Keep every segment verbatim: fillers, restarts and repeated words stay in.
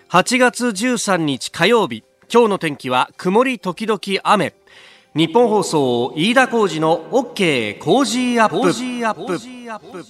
はちがつじゅうさんにち火曜日、今日の天気は曇り時々雨。日本放送飯田浩司の OK コージーアップ。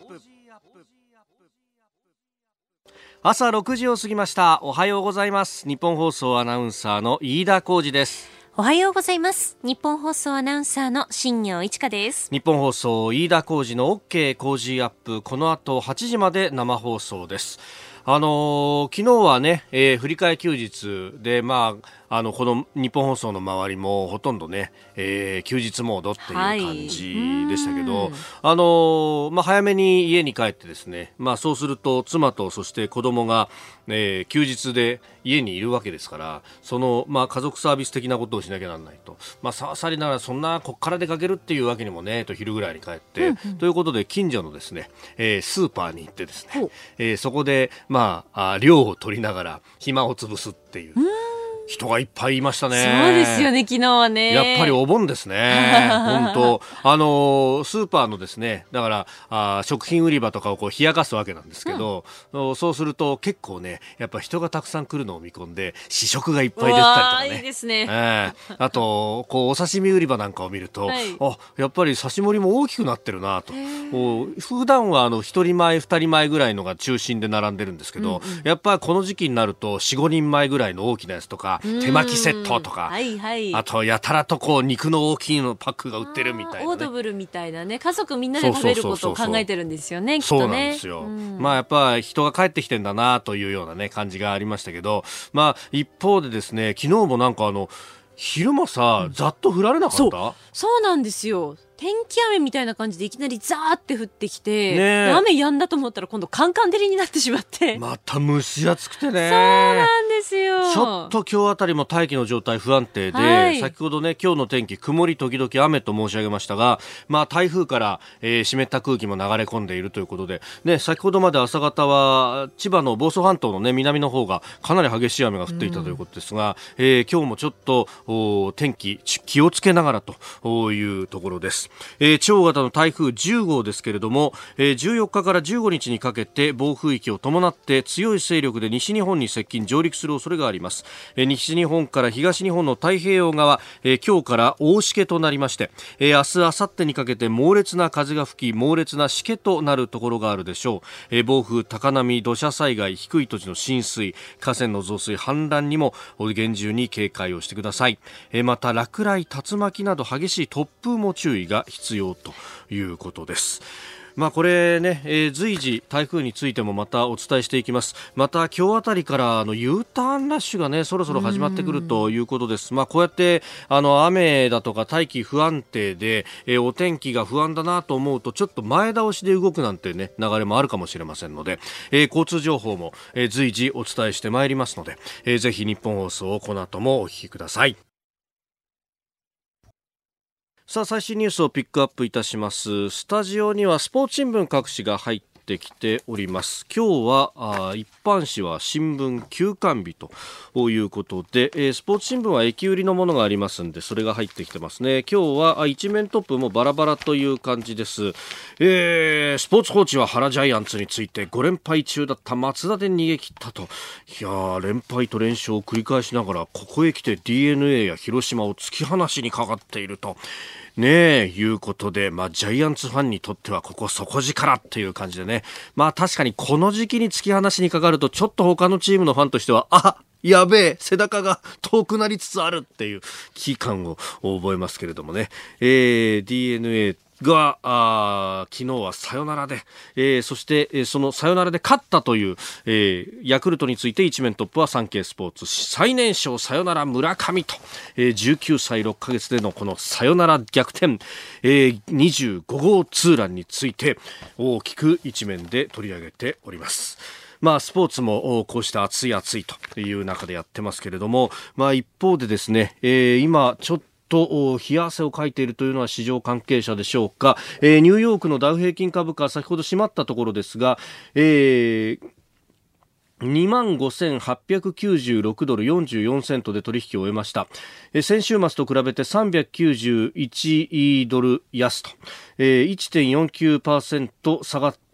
朝ろくじを過ぎました。おはようございます。日本放送アナウンサーの飯田浩司です。 おはようございます。日本放送アナウンサーの新業一華です。 日本放送飯田浩司の OK コージーアップ、この後はちじまで生放送です。あのー、昨日はね、えー、振り替え休日で、まあ、あのこの日本放送の周りもほとんどね、えー、休日モードっていう感じでしたけど、はい、あのーまあ、早めに家に帰ってですね、まあ、そうすると妻とそして子供が、えー、休日で家にいるわけですから、その、まあ、家族サービス的なことをしなきゃなんないと、まあ、さあさりながらそんなこっから出かけるっていうわけにもねと昼ぐらいに帰って、うんうん、ということで近所のですね、えー、スーパーに行ってですね、えー、そこで、まあ、あ量を取りながら暇を潰すっていう、人がいっぱいいましたね。 そうですよね、昨日はね。 やっぱりお盆ですね。本当、あのスーパーのですね、だからあ食品売り場とかをこう冷やかすわけなんですけど、うん、そうすると結構ね、やっぱ人がたくさん来るのを見込んで試食がいっぱい出てたりとかね。 いいですね。 えー、あとこうお刺身売り場なんかを見ると、はい、あ、やっぱり刺し盛りも大きくなってるなと。普段はあの一人前二人前ぐらいのが中心で並んでるんですけど、うんうん、やっぱりこの時期になると よん,ご 人前ぐらいの大きなやつとか手巻きセットとか、はいはい、あとやたらとこう肉の大きいのパックが売ってるみたいな、ね、 オードブルみたいなね、家族みんなで食べることを考えてるんですよね、きっとね。 そうなんですよ、うん、まあやっぱ人が帰ってきてんだなというようなね感じがありましたけど、まあ一方でですね、昨日もなんかあの昼間さ、うん、ざっと降られなかった？そう、 そうなんですよ。天気雨みたいな感じでいきなりザーって降ってきて、ね、雨止んだと思ったら今度カンカン照りになってしまって、 また蒸し暑くてね。 そうなんですよ。 ちょっと今日あたりも大気の状態不安定で、はい、先ほどね今日の天気曇り時々雨と申し上げましたが、まあ台風から、えー、湿った空気も流れ込んでいるということで、ね、先ほどまで朝方は千葉の房総半島のね南の方がかなり激しい雨が降っていたということですが、うん、えー、今日もちょっと天気気をつけながらというところです。えー、超大型の台風じゅうごうですけれども、えー、じゅうよっかからじゅうごにちにかけて暴風域を伴って強い勢力で西日本に接近上陸する恐れがあります。えー、西日本から東日本の太平洋側、えー、今日から大しけとなりまして、えー、明日明後日にかけて猛烈な風が吹き猛烈なしけとなるところがあるでしょう。えー、暴風、高波、土砂災害、低い土地の浸水、河川の増水氾濫にも厳重に警戒をしてください。えー、また落雷、竜巻など激しい突風も注意が必要ということです。まあ、これね、えー、随時台風についてもまたお伝えしていきます。また今日あたりからあの U ターンラッシュがねそろそろ始まってくるということです。まあ、こうやってあの雨だとか大気不安定で、えー、お天気が不安だなと思うとちょっと前倒しで動くなんてね流れもあるかもしれませんので、えー、交通情報も、えー、随時お伝えしてまいりますので、えー、ぜひ日本放送をこの後もお聞きください。さあ最新ニュースをピックアップいたします。スタジオにはスポーツ新聞各紙が入ってきております。今日はあ一般紙は新聞休刊日ということで、えー、スポーツ新聞は駅売りのものがありますんでそれが入ってきてますね。今日はあ一面トップもバラバラという感じです。えー、スポーツ報知は原ジャイアンツについてごれんぱい中だった松田で逃げ切ったと。いやー、連敗と連勝を繰り返しながらここへ来て ディーエヌエー や広島を突き放しにかかっているとねえ、いうことで、まあ、ジャイアンツファンにとってはここ底力っていう感じでね。まあ、確かにこの時期に突き放しにかかると、ちょっと他のチームのファンとしては、あ、やべえ、背中が遠くなりつつあるっていう危機感を覚えますけれどもね。えー、ディーエヌエー、があ昨日はサヨナラで、えー、そして、えー、そのサヨナラで勝ったという、えー、ヤクルトについて一面トップはサンケイスポーツ最年少サヨナラ村上と、えー、じゅうきゅうさいろっかげつでのこのサヨナラ逆転、えー、にじゅうごごうツーランについて大きく一面で取り上げております。まあ、スポーツもこうした熱い熱いという中でやってますけれども、まあ、一方でですね、えー、今ちょっとと冷や汗をかいているというのは市場関係者でしょうか。えー、ニューヨークのダウ平均株価先ほど閉まったところですが、えーにまんごせんはっぴゃくきゅうじゅうろくドルよんじゅうよんセントで取引を終えました。え先週末と比べてさんびゃくきゅうじゅういちドル安と、えー、いってんよんきゅうパーセント 下がっ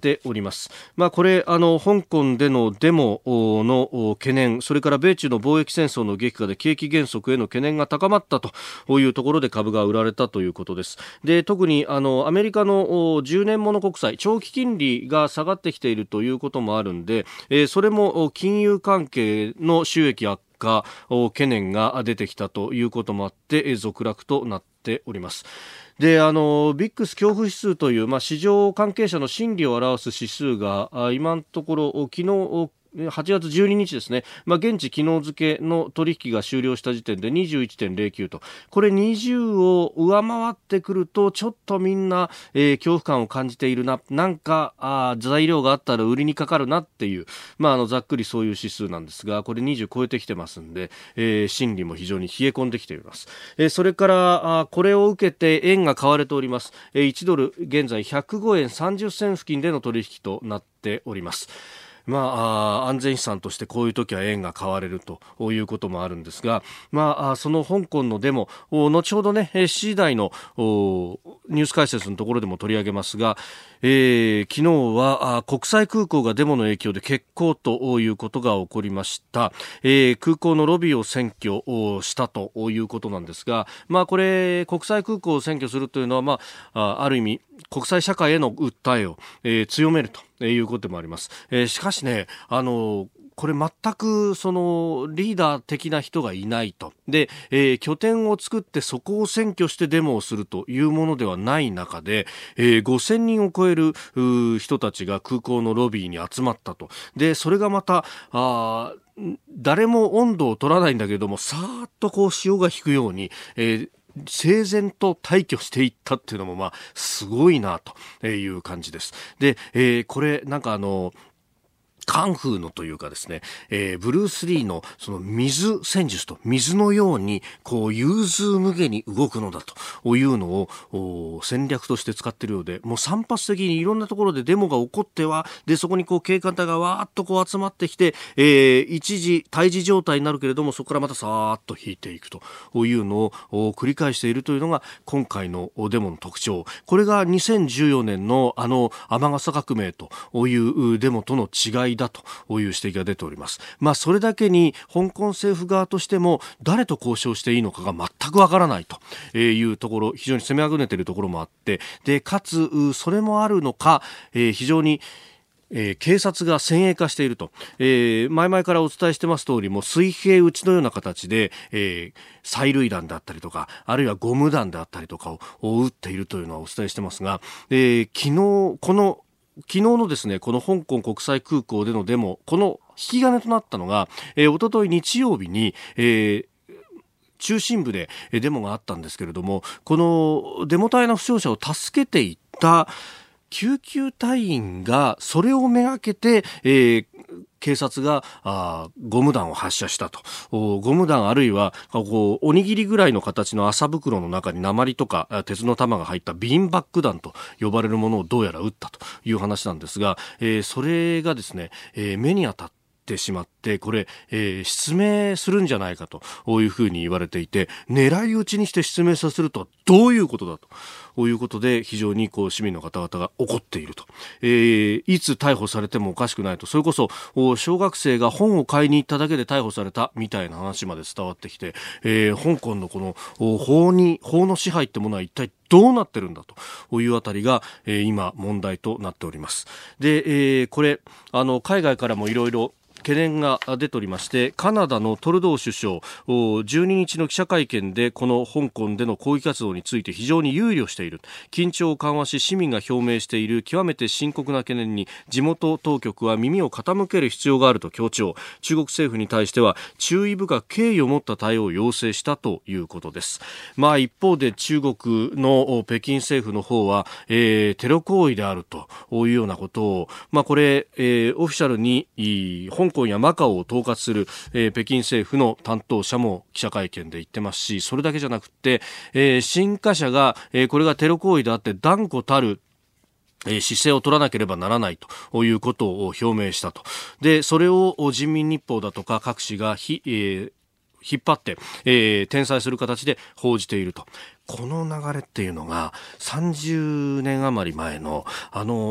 ております。まあ、これあの香港でのデモの懸念、それから米中の貿易戦争の激化で景気減速への懸念が高まったというところで株が売られたということです。で、特にあのアメリカのじゅうねんもの国債長期金利が下がってきているということもあるんで、えー、それも金融関係の収益悪化懸念が出てきたということもあって続落となっております。で、あのビックス恐怖指数という、まあ、市場関係者の心理を表す指数が今のところ昨日はちがつじゅうににちですね、まあ、現地昨日付の取引が終了した時点で にじゅういってんゼロきゅう と、これにじゅうを上回ってくるとちょっとみんな、えー、恐怖感を感じているな、なんかあ材料があったら売りにかかるなっていう、まあ、あのざっくりそういう指数なんですが、これにじゅう超えてきてますんで、えー、心理も非常に冷え込んできています。えー、それからあこれを受けて円が買われております。えー、いちドル現在ひゃくごえんさんじゅっせん付近での取引となっております。まあ、あ安全資産としてこういう時は円が買われるということもあるんですが、まあ、その香港のデモ後ほどねしちじ台のニュース解説のところでも取り上げますが、えー、昨日は国際空港がデモの影響で欠航ということが起こりました。えー、空港のロビーを占拠したということなんですが、まあ、これ国際空港を占拠するというのは、まあ、ある意味国際社会への訴えを、えー、強めるということでもあります。えー、しかしね、あのこれ全くそのリーダー的な人がいないと。で、えー、拠点を作ってそこを占拠してデモをするというものではない中で、えー、ごせんにんを超える人たちが空港のロビーに集まったと。で、それがまたあ誰も温度を取らないんだけども、さーっとこう潮が引くように、えー整然と退去していったっていうのもまあすごいなという感じです。で、えー、これなんかあのカンフーのというかですね、えー、ブルース・リーのその水戦術と水のようにこう融通無下に動くのだというのを戦略として使っているようで、もう散発的にいろんなところでデモが起こっては、でそこにこう警官隊がわーっとこう集まってきて、えー、一時対峙状態になるけれども、そこからまたさーっと引いていくというのを繰り返しているというのが今回のデモの特徴。これがにせんじゅうよねんのあの雨傘革命というデモとの違いだという指摘が出ております。まあ、それだけに香港政府側としても誰と交渉していいのかが全くわからないというところ、非常に攻めあぐねているところもあって、でかつそれもあるのか、えー、非常にえー、警察が先鋭化していると、えー、前々からお伝えしてます通り、もう水平打ちのような形で、えー、催涙弾であったりとか、あるいはゴム弾であったりとかを撃っているというのはお伝えしてますが、えー、昨日この昨日のですね、この香港国際空港でのデモ、この引き金となったのが、えー、おととい日曜日に、えー中心部でデモがあったんですけれども、このデモ隊の負傷者を助けていった救急隊員がそれをめがけて、えー警察があゴム弾を発射したと。ゴム弾あるいはこうおにぎりぐらいの形の麻袋の中に鉛とか鉄の玉が入ったビーンバック弾と呼ばれるものをどうやら撃ったという話なんですが、えー、それがですね、えー、目に当たってしまって、これ、えー、失明するんじゃないかというふうに言われていて、狙い撃ちにして失明させるとはどういうことだということで、非常にこう市民の方々が怒っていると、えー、いつ逮捕されてもおかしくないと、それこそ小学生が本を買いに行っただけで逮捕されたみたいな話まで伝わってきて、えー、香港のこの法に法の支配ってものは一体どうなってるんだというあたりが、えー、今問題となっております。で、えー、これあの海外からもいろいろ懸念が出ておりまして、カナダのトルドー首相じゅうににちの記者会見でこの香港での抗議活動について非常に憂慮している、緊張を緩和し市民が表明している極めて深刻な懸念に地元当局は耳を傾ける必要があると強調、中国政府に対しては注意深く敬意を持った対応を要請したということです。まあ、一方で中国の北京政府の方は、えー、テロ行為であるというようなことを、まあ、これ、えー、オフィシャルに香港やマカオを統括する、えー、北京政府の担当者も記者会見で言ってますし、それだけじゃなくて、えー、新華社が、えー、これがテロ行為であって断固たるえー、姿勢を取らなければならないということを表明したと。で、それを人民日報だとか各紙がひ、えー引っ張って、えー、転載する形で報じていると。この流れっていうのがさんじゅうねん余り前のあの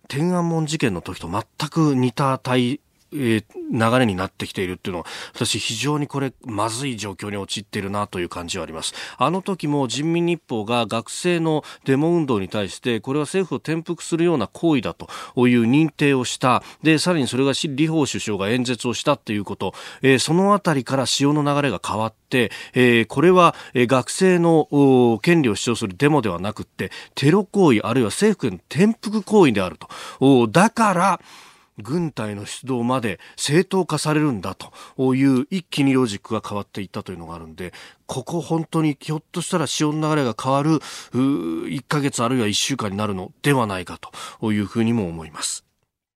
天安門事件の時と全く似た対えー、流れになってきているっていうのは、私非常にこれまずい状況に陥っているなという感じはあります。あの時も人民日報が学生のデモ運動に対してこれは政府を転覆するような行為だという認定をした。でさらにそれが李鵬首相が演説をしたっていうこと、えー、そのあたりから潮の流れが変わって、えー、これは、えー、学生の権利を主張するデモではなくってテロ行為あるいは政府への転覆行為であると。だから軍隊の出動まで正当化されるんだという一気にロジックが変わっていったというのがあるんで、ここ本当にひょっとしたら潮の流れが変わるいっかげつあるいはいっしゅうかんになるのではないかというふうにも思います。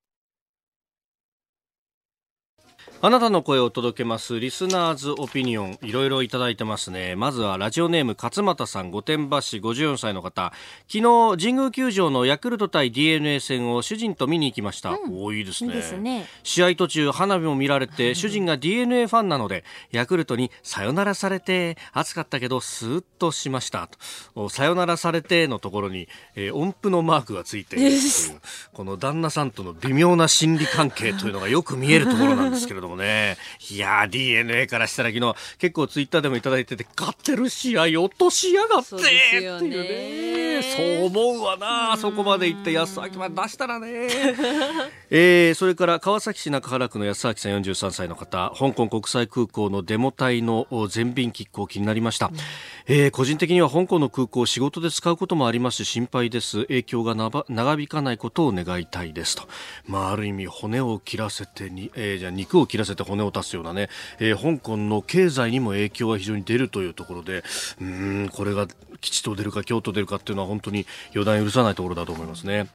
あなたの声を届けますリスナーズオピニオン、いろいろいただいてますね。まずはラジオネーム勝俣さん、御殿場市ごじゅうよんさいの方。昨日神宮球場のヤクルト対 ディーエヌエー 戦を主人と見に行きました。うん、おいいですね。いいですね。試合途中花火も見られて、主人が ディーエヌエー ファンなのでヤクルトにさよならされて暑かったけどスーッとしましたと。さよならされてのところに、えー、音符のマークがついているというこの旦那さんとの微妙な心理関係というのがよく見えるところなんですけれどもね。いやー ディーエヌエー からしたら昨日結構ツイッターでもいただいてて、勝ってる試合落としやがってっていうね。そう思うわな。そこまで行って安明まで出したらねえー、それから川崎市中原区の安明さんよんじゅうさんさいの方、香港国際空港のデモ隊の全便欠航気になりました。うん、えー、個人的には香港の空港を仕事で使うこともありますし心配です。影響が長引かないことを願いたいですと。まあ、ある意味骨を切らせてに、えー、じゃあ肉を切らせて骨を足すようなね、えー、香港の経済にも影響が非常に出るというところで、うーんこれが吉と出るか凶と出るかっていうのは本当に予断許さないところだと思いますね。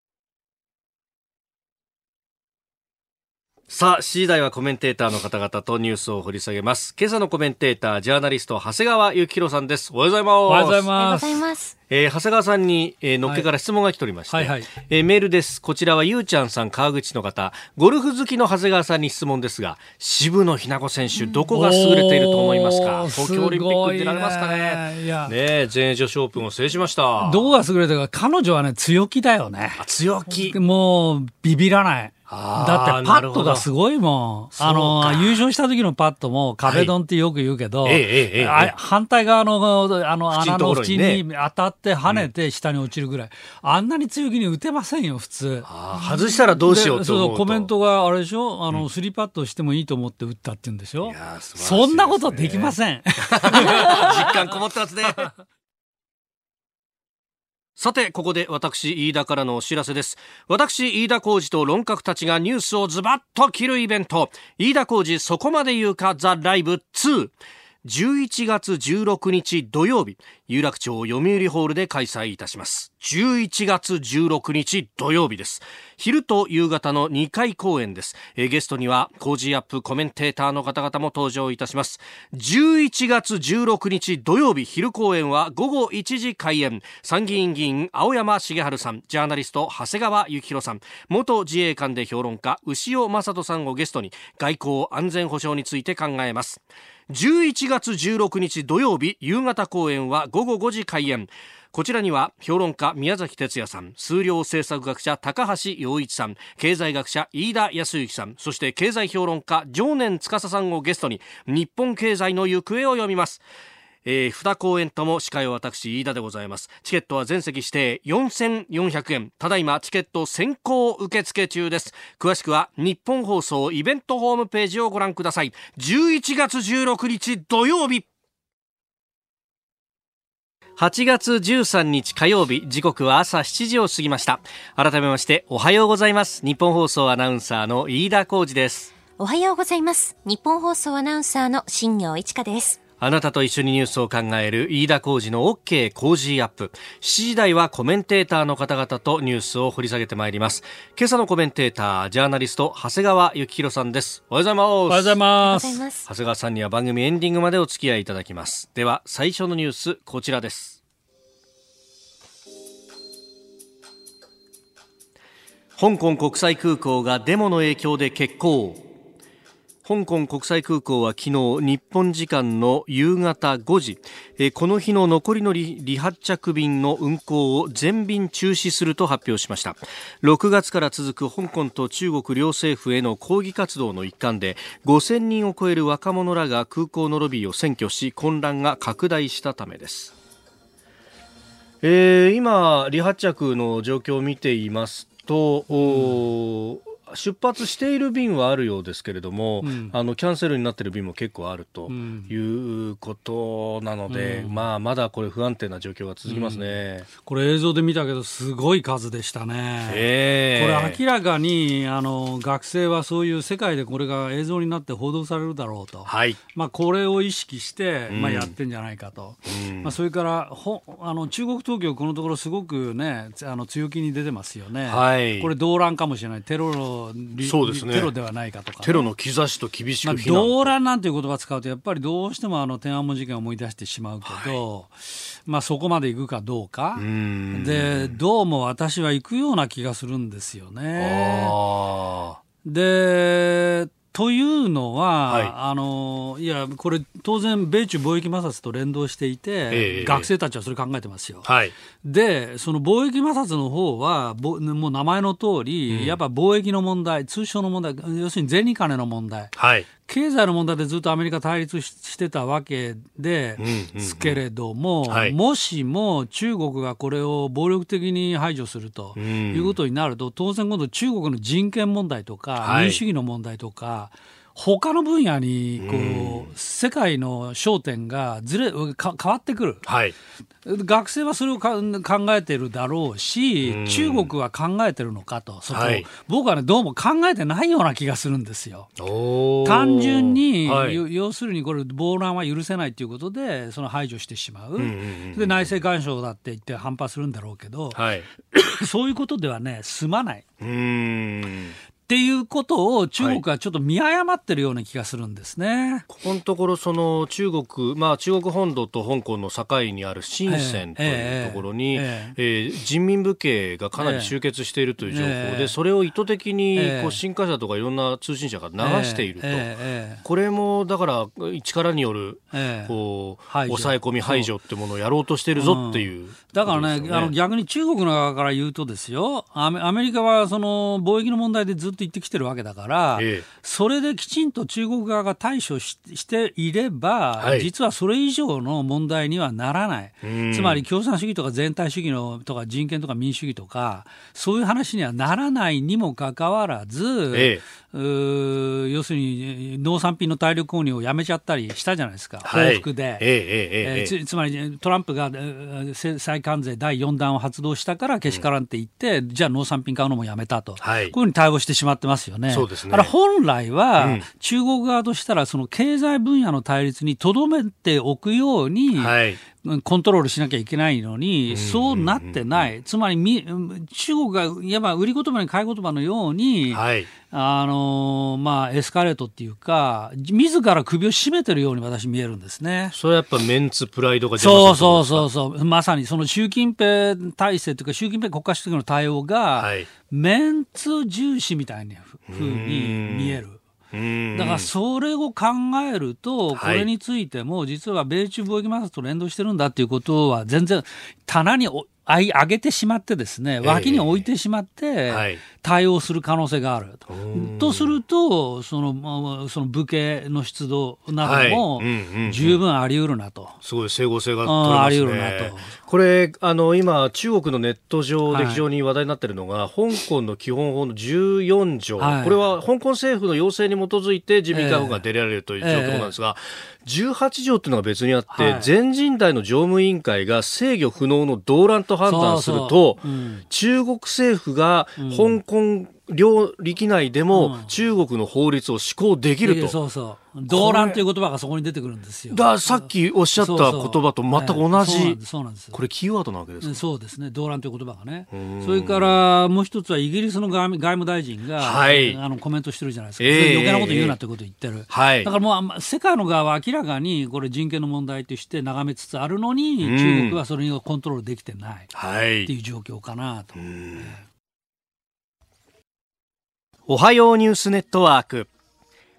さあ、しちじ台はコメンテーターの方々とニュースを掘り下げます。今朝のコメンテーター、ジャーナリスト長谷川幸宏さんです。おはようございます。 おはようございます。 おはようございます。 えー、長谷川さんに、えー、のっけから質問が来ておりまして、はいはいはい、えー、メールです。こちらはゆうちゃんさん川口の方、ゴルフ好きの長谷川さんに質問ですが、渋野日向子選手どこが優れていると思いますか？東京オリンピック出られますかね。いやね、全英女子オープンを制しました。 どこが優れてるか、彼女はね強気だよね。 あ、強気、 もうビビらない。だってパットがすごいもん。あの優勝した時のパットも壁ドンってよく言うけど、はい、ええええ、反対側のあの穴の縁に当たって跳ねて下に落ちるぐらい、うん、あんなに強気に打てませんよ普通。 あ、外したらどうしようと思うと。 そうコメントがあれでしょ、あの、うん、スリーパットしてもいいと思って打ったって言うんでしょ。いや、素晴らしいですね。そんなことできません。 実感こもってますね。さて、ここで私飯田からのお知らせです。私飯田浩司と論客たちがニュースをズバッと切るイベント、飯田浩司そこまで言うかザ・ライブツー、じゅういちがつじゅうろくにち土曜日、有楽町読売ホールで開催いたします。じゅういちがつじゅうろくにち土曜日です。昼と夕方のにかい公演です。えー、ゲストにはコージーアップコメンテーターの方々も登場いたします。じゅういちがつじゅうろくにち土曜日昼公演はごごいちじ開演。参議院議員青山茂春さん、ジャーナリスト長谷川幸宏さん、元自衛官で評論家牛尾正人さんをゲストに外交安全保障について考えます。じゅういちがつじゅうろくにち土曜日夕方公演はごごごじ開演。こちらには評論家宮崎哲也さん、数量政策学者高橋洋一さん、経済学者飯田康之さん、そして経済評論家常年司さんをゲストに日本経済の行方を読みます。えー、に公演とも司会は私飯田でございます。チケットは全席指定よんせんよんひゃくえん。ただいまチケット先行受付中です。詳しくは日本放送イベントホームページをご覧ください。じゅういちがつじゅうろくにち土曜日、はちがつじゅうさんにち火曜日、時刻は朝しちじを過ぎました。改めましておはようございます。日本放送アナウンサーの飯田浩司です。 おはようございます。日本放送アナウンサーの新業一華です。 あなたと一緒にニュースを考える飯田浩司の OK 工事アップ。しちじ台はコメンテーターの方々とニュースを掘り下げてまいります。今朝のコメンテーター、ジャーナリスト長谷川幸宏さんです。おはようございます。おはようございます。 長谷川さんには番組エンディングまでお付き合いいただきます。では最初のニュース、こちらです。香港国際空港がデモの影響で欠航。 香港国際空港は昨日日本時間の夕方ごじ、えこの日の残りの離離発着便の運航を全便中止すると発表しました。ろくがつから続く香港と中国両政府への抗議活動の一環でごせんにんを超える若者らが空港のロビーを占拠し混乱が拡大したためです。えー、今離発着の状況を見ていますと、うん出発している便はあるようですけれども、うん、あのキャンセルになっている便も結構あるということなので、うんまあ、まだこれ不安定な状況が続きますね、 うん、これ映像で見たけどすごい数でしたね、 えー、 これ明らかにあの学生はそういう世界でこれが映像になって報道されるだろうと、 はいまあ、これを意識して、まあ、やってんじゃないかと、うんまあ、それからほあの中国当局このところすごく、ね、あの強気に出てますよね、 はい、 これ動乱かもしれないテロのそうですねテロではないかとか、ね、 テロの兆しと厳しく非難、 まあ、動乱なんていう言葉を使うとやっぱりどうしてもあの天安門事件を思い出してしまうけど、はいまあ、そこまで行くかどうかうんでどうも私は行くような気がするんですよね。 あでというのは、 はい、 あのいやこれ当然米中貿易摩擦と連動していて、えー、学生たちはそれ考えてますよ、 はい、 でその貿易摩擦の方はもう名前の通り、うん、やっぱ貿易の問題通商の問題要するに銭金の問題、 はい、 経済の問題でずっとアメリカ対立してたわけですけれども、うんうんうんはい、もしも中国がこれを暴力的に排除するということになると、うん、当然今度中国の人権問題とか、はい、民主主義の問題とか他の分野にこう、うん、世界の焦点がずれか変わってくる、 はい、 学生はそれをか考えてるだろうし、うん、中国は考えてるのかとそこ、はい、僕はねどうも考えてないような気がするんですよ。単純に、はい、要するにこれ暴乱は許せないということでその排除してしまう、うんうんうん、で内政干渉だって言って反発するんだろうけど、はい、そういうことではね済まない。 うーんっていうことを中国はちょっと見誤ってるような気がするんですね、はい、 ここのところその中国、まあ、中国本土と香港の境にある深センというところに、えーえーえー、人民武警がかなり集結しているという情報で、えー、それを意図的にこう新華社とかいろんな通信社が流していると、えーえー、これもだから力によるこう、えー、抑え込み排除ってものをやろうとしているぞっていう、うん、 だからね、あの逆に中国の側から言うとですよ、アメ、アメリカはその貿易の問題でずっと言ってきてるわけだから、ええ、それできちんと中国側が対処 し, していれば、はい、実はそれ以上の問題にはならない。つまり共産主義とか全体主義のとか人権とか民主主義とかそういう話にはならないにもかかわらず、ええ、う要するに農産品の大量購入をやめちゃったりしたじゃないですか、報復で、はいええええ、つ, つまりトランプが再関税だいよん弾を発動したからけしからんって言って、うん、じゃあ農産品買うのもやめたと、はい、こういうふうに対応してしまってますよね。 そうですね。 あれ本来は、うん、中国側としたらその経済分野の対立にとどめておくように、はいコントロールしなきゃいけないのに、そうなってない。つまり中国がいわば売り言葉に買い言葉のように、はい、あのまあエスカレートっていうか自ら首を絞めてるように私見えるんですね。 それはやっぱメンツプライドが邪魔するとそうそうそうそうまさにその習近平体制というか習近平国家主席の対応が、はい、メンツ重視みたいなふうに見える。だからそれを考えるとこれについても実は米中貿易摩擦と連動してるんだっていうことは全然棚に上げてしまってですね脇に置いてしまって対応する可能性があると、とするとその、その武警の出動なども十分あり得るなと、 すごい整合性が取れますね。あり得るなと。これあの今中国のネット上で非常に話題になっているのが、はい、香港の基本法のじゅうよん条、はい、これは香港政府の要請に基づいて人民解放が出られるという状況なんですが、えー、じゅうはち条というのが別にあって、はい、全人代の常務委員会が制御不能の動乱と判断すると、そうそう、うん、中国政府が香港領域内でも中国の法律を施行できると、うん、 そうそう動乱という言葉がそこに出てくるんですよ。 ださっきおっしゃった言葉と全く同じ、 そうそう、そうなんです。 これキーワードなわけですか。 そうですね、動乱という言葉がね。それからもう一つはイギリスの外務、外務大臣が、はい、あのコメントしてるじゃないですか、えー、余計なこと言うなということを言ってる、はい、だからもう世界の側は明らかにこれ人権の問題として眺めつつあるのに、うん、中国はそれをコントロールできてない、はい、っていう状況かなと。うんおはようニュースネットワーク、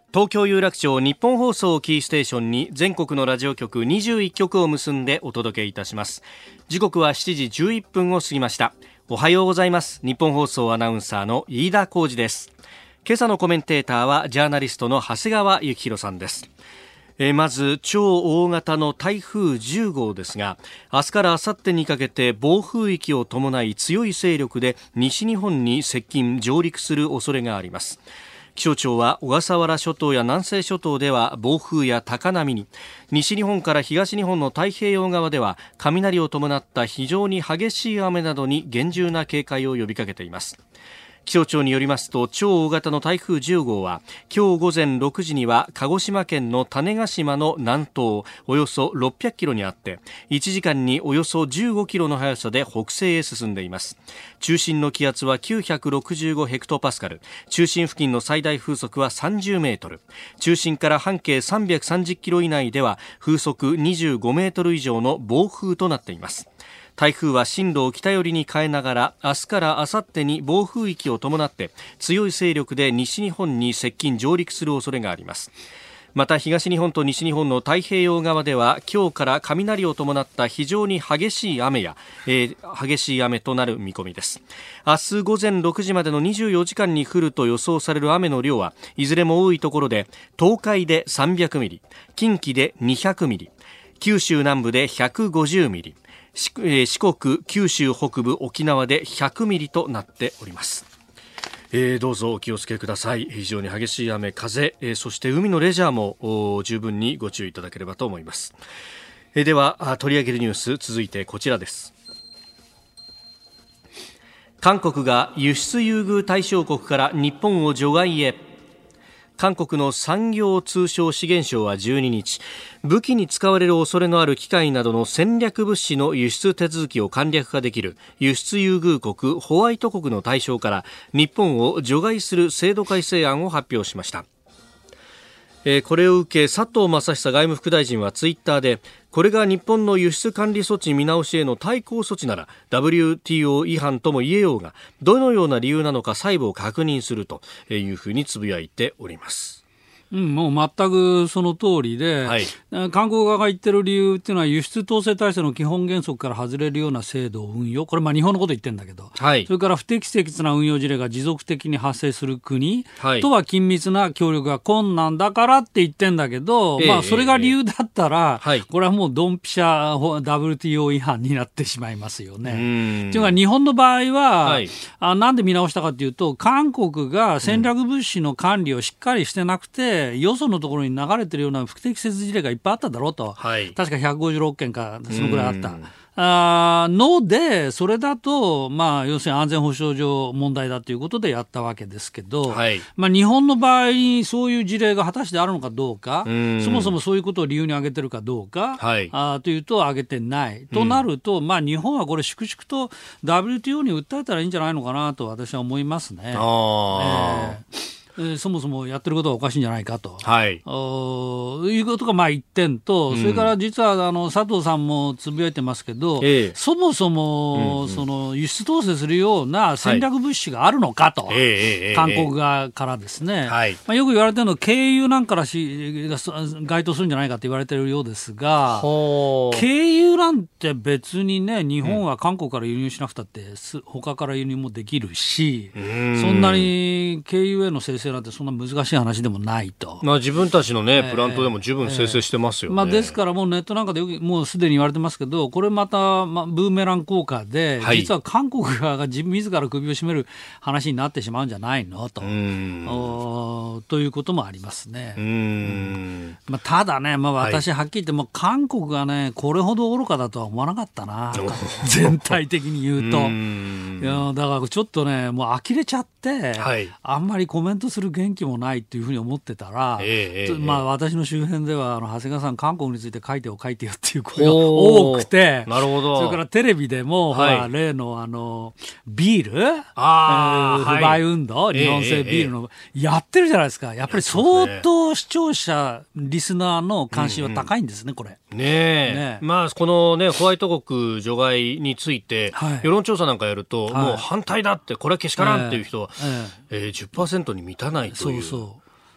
東京有楽町日本放送キーステーションに全国のラジオ局にじゅういっきょくを結んでお届けいたします。時刻はしちじじゅういっぷんを過ぎました。おはようございます。日本放送アナウンサーの飯田浩司です。今朝のコメンテーターはジャーナリストの長谷川幸宏さんです。えー、まず超大型の台風じゅうごうですが、明日から明後日にかけて暴風域を伴い強い勢力で西日本に接近上陸する恐れがあります。気象庁は小笠原諸島や南西諸島では暴風や高波に、西日本から東日本の太平洋側では雷を伴った非常に激しい雨などに厳重な警戒を呼びかけています。気象庁によりますと、超大型の台風じゅうごうは今日午前ろくじには鹿児島県の種子島の南東およそろっぴゃくキロにあって、いちじかんにおよそじゅうごキロの速さで北西へ進んでいます。中心の気圧はきゅうひゃくろくじゅうごヘクトパスカル、中心付近の最大風速はさんじゅうメートル、中心から半径さんびゃくさんじゅっキロ以内では風速にじゅうごメートル以上の暴風となっています。台風は進路を北寄りに変えながら明日から明後日に暴風域を伴って強い勢力で西日本に接近上陸する恐れがあります。また東日本と西日本の太平洋側では今日から雷を伴った非常に激しい雨や、えー、激しい雨となる見込みです。明日午前ろくじまでのにじゅうよじかんに降ると予想される雨の量はいずれも多いところで東海でさんびゃくミリ、近畿でにひゃくミリ、九州南部でひゃくごじゅうミリ、四国、九州北部、沖縄でひゃくミリとなっております。えー、どうぞお気をつけください。非常に激しい雨、風、えー、そして海のレジャーも十分にご注意いただければと思います。えー、では取り上げるニュース、続いてこちらです。韓国が輸出優遇対象国から日本を除外へ。韓国の産業通商資源省はじゅうににち、武器に使われる恐れのある機械などの戦略物資の輸出手続きを簡略化できる輸出優遇国ホワイト国の対象から日本を除外する制度改正案を発表しました。これを受け佐藤正久外務副大臣はツイッターで、これが日本の輸出管理措置見直しへの対抗措置なら ダブリューティーオー 違反とも言えようが、どのような理由なのか細部を確認するというふうにつぶやいております。 うん、もう全くその通りで、はい、韓国側が言ってる理由っていうのは輸出統制体制の基本原則から外れるような制度を運用、これまあ日本のこと言ってるんだけど、はい、それから不適切な運用事例が持続的に発生する国、はい、とは緊密な協力が困難だからって言ってんだけど、えー、まあそれが理由だったら、えー、これはもうドンピシャ ダブリューティーオー 違反になってしまいますよね。というか日本の場合は、はい、あなんで見直したかというと、韓国が戦略物資の管理をしっかりしてなくて、よそのところに流れてるような不適切事例がいっぱいあっただろうと、はい、確かひゃくごじゅうろっけんかそのぐらいあったあので、それだと、まあ、要するに安全保障上問題だということでやったわけですけど、はい、まあ、日本の場合にそういう事例が果たしてあるのかどうか、うそもそもそういうことを理由に挙げてるかどうか、はい、あというと挙げてない、となると、まあ、日本はこれ粛々と ダブリューティーオー に訴えたらいいんじゃないのかなと私は思いますね。あえーそもそもやってることがおかしいんじゃないかと、はい、いうことがまあ一点と、うん、それから実はあの佐藤さんもつぶやいてますけど、ええ、そもそも、うんうん、その輸出統制するような戦略物資があるのかと、はい、韓国側からですね、はい、まあ、よく言われてるのは経由なんかからしが該当するんじゃないかと言われているようですが、経由なんて別にね、日本は韓国から輸入しなくたって、うん、他から輸入もできるし、うん、そんなに経由への生成なんてそんな難しい話でもないと、 まあ、自分たちの、ね、プラントでも十分生成してますよね。 えーえーまあ、ですからもうネットなんかでよくもうすでに言われてますけど、これまた、まあ、ブーメラン効果で、はい、実は韓国側が自自ら首を絞める話になってしまうんじゃないのと、おということもありますね。うん、まあ、ただね、まあ、私はっきり言って、もう韓国がねこれほど愚かだとは思わなかったな全体的に言うと。いやだからちょっとねもう呆れちゃって、はい、あんまりコメントする元気もないっていうふうに思ってたら、えーまあ、私の周辺ではあの長谷川さん韓国について書いてよ書いてよっていう声が多くて、なるほど。それからテレビでも、はい、ほら例のあのビールあ、えー、不買運動、はい、日本製ビールの、えー、やってるじゃないですか。やっぱり相当視聴者リスナーの関心は高いんですね、うんうん、これねえ、ねまあ、この、ね、ホワイト国除外について、はい、世論調査なんかやると、はい、もう反対だってこれはけしからんっていう人は、えーえー、じゅっパーセント に満たないという。そうそう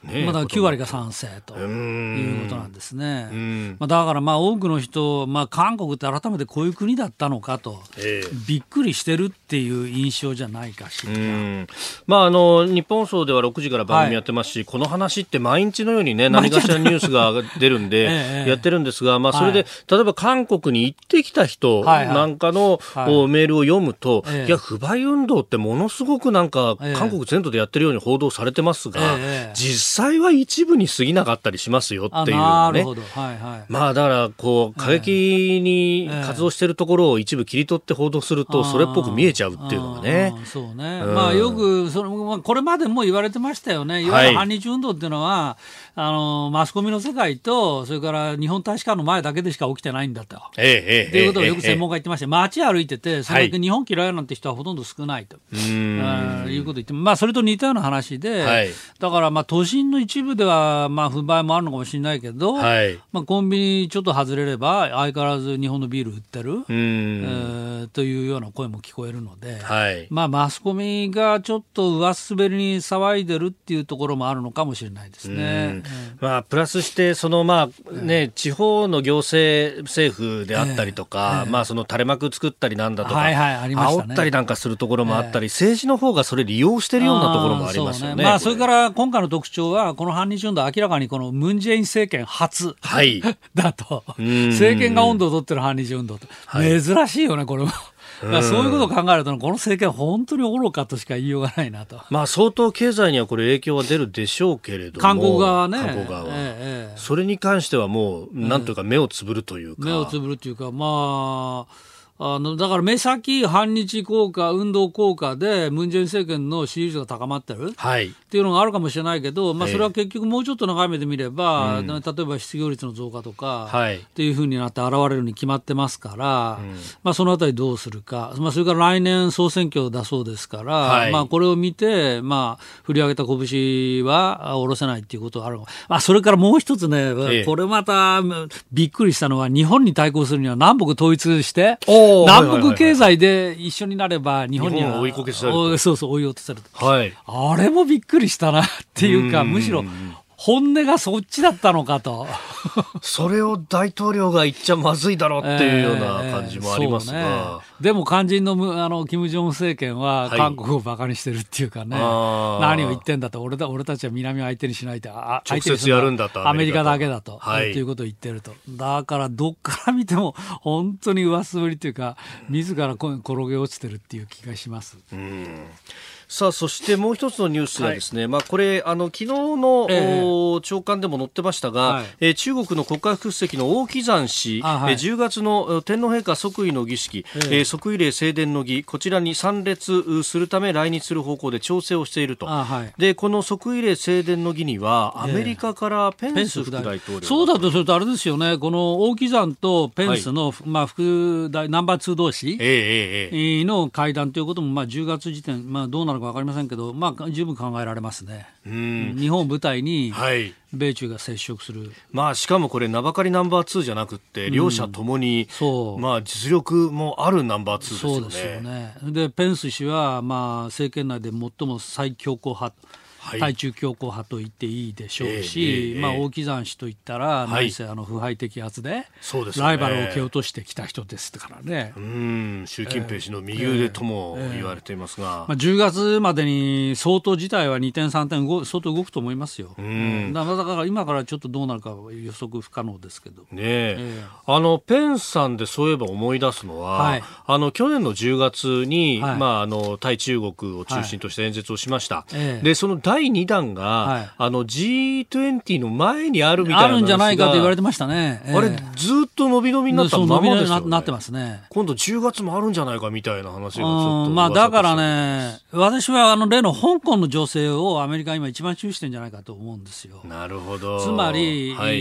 ね、まだきゅう割が賛成ということなんですね。まあ、だからまあ多くの人、まあ、韓国って改めてこういう国だったのかと、えー、びっくりしてるっていう印象じゃないかしら。 うんまあ、あの日本放送ではろくじから番組やってますし、はい、この話って毎日のようにね何かしらニュースが出るんでやってるんですが、まあ、それで、はい、例えば韓国に行ってきた人なんかの、はいはい、メールを読むと、えー、いや不買運動ってものすごくなんか韓国全土でやってるように報道されてますが、えー、実際は一部に過ぎなかったりしますよっていうね。 なるほど、はいはい、 まあ、だからこう過激に活動しているところを一部切り取って報道するとそれっぽく見えちゃうっていうのがね。 そうね、うんまあ、よくその、まあ、これまでも言われてましたよね。いわゆる反日運動っていうのは、はい、あのマスコミの世界とそれから日本大使館の前だけでしか起きてないんだと、ええええ、いうことをよく専門家言ってまして、街歩いててそれだけ日本嫌いなんて人はほとんど少ないと、はい、いうことを言って、まあ、それと似たような話で、はい、だからまあ都心の一部ではまあ不買もあるのかもしれないけど、はいまあ、コンビニちょっと外れれば相変わらず日本のビール売ってる、うんえー、というような声も聞こえるので、はいまあ、マスコミがちょっと上滑りに騒いでるっていうところもあるのかもしれないですね。うんまあ、プラスしてその、まあね、地方の行政政府であったりとか、えーまあ、その垂れ幕作ったりなんだとか、はいはいありましたね、煽ったりなんかするところもあったり、えー、政治の方がそれ利用してるようなところもありますよね。 そうねまあ、それから今回の特徴はこの反日運動明らかにこのムン・ジェイン政権初、はい、だと政権が温度を取ってる反日運動と、はい、珍しいよねこれも。まあ、そういうことを考えるとこの政権は本当に愚かとしか言いようがないなと。 まあ、相当経済にはこれ影響は出るでしょうけれども韓国側はね韓国側は、ええ、それに関してはもうなんというか目をつぶるというか、 目をつぶるというかまああのだから目先反日効果運動効果でムン・ジェイン政権の支持率が高まってる、はい、っていうのがあるかもしれないけど、まあ、それは結局もうちょっと長い目で見れば、えー、例えば失業率の増加とか、はい、っていうふうになって現れるに決まってますから、うんまあ、そのあたりどうするか、まあ、それから来年総選挙だそうですから、はいまあ、これを見て、まあ、振り上げた拳は下ろせないっていうことがある、まあ、それからもう一つね、えー、これまたびっくりしたのは日本に対抗するには南北統一して南北経済で一緒になれば日本には追いこけされるそうそう追い落とされる、 はい、 あれもびっくりしたなっていうかむしろ本音がそっちだったのかとそれを大統領が言っちゃまずいだろうっていうような感じもありますが、えーえーね、 でも肝心のあの金正恩政権は韓国をバカにしてるっていうかね、はい、何を言ってんだと 俺, だ俺たちは南を相手にしないで直接やるんだとアメリカだけだと、はい、ということを言ってると。だからどっから見ても本当に上滑りというか自ら転げ落ちてるっていう気がします。 うんさあそしてもう一つのニュースがですね、はいまあ、これあの昨日の、えー、朝刊でも載ってましたが、はいえー、中国の国家副主席の王岐山氏、はい、じゅうがつの天皇陛下即位の儀式、えー、即位礼正殿の儀こちらに参列するため来日する方向で調整をしていると、はい、でこの即位礼正殿の儀にはアメリカからペンス副大統領、えー、 そうだとするとあれですよね、この王岐山とペンスの、はいまあ、副大ナンバーツー同士の会談ということも、まあ、じゅうがつ時点、まあ、どうなるか分かりませんけど、まあ、十分考えられますね。うん日本を舞台に米中が接触する、はいまあ、しかもこれ名ばかりナンバーツーじゃなくって両者ともに、うんまあ、実力もあるナンバーツーですよね。 そうですよね。でペンス氏は、まあ、政権内で最も最強硬派はい、対中強硬派と言っていいでしょうし、えーえーまあ、王岐山氏といったら、はい、何せあの腐敗的圧でそうです、ね、ライバルを蹴落としてきた人ですからね。 うん習近平氏の右腕とも言われていますが、えーえーまあ、じゅうがつまでに相当事態はにてんさんてん相当動くと思いますよ。うんだから今からちょっとどうなるか予測不可能ですけど、ねえー、あのペンさんでそういえば思い出すのは、はい、あの去年のじゅうがつに、はいまあ、あの対中国を中心とした演説をしました、はいえー、でそのだいにだんが、はい、あの ジートゥエンティー の前にあるみたいなあるんじゃないかと言われてましたね、 えー、あれずっと伸び伸びになったままですよね。 な, なってますね。 今度じゅうがつもあるんじゃないかみたいな話がちょっと、 まあ、だからね私はあの例の香港の情勢をアメリカは今一番注意してるんじゃないかと思うんですよ。 なるほど。 つまり、はい、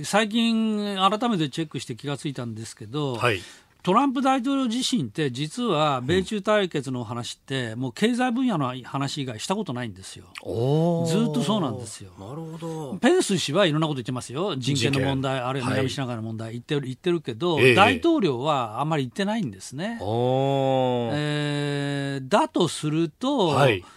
最近改めてチェックして気がついたんですけど、はいトランプ大統領自身って実は米中対決の話ってもう経済分野の話以外したことないんですよ。ずっとそうなんですよ。 なるほど。 ペンス氏はいろんなこと言ってますよ。人権の問題あるいは南シナ海の問題言ってる、言ってるけど、えー、大統領はあんまり言ってないんですね。えー、だとすると、はい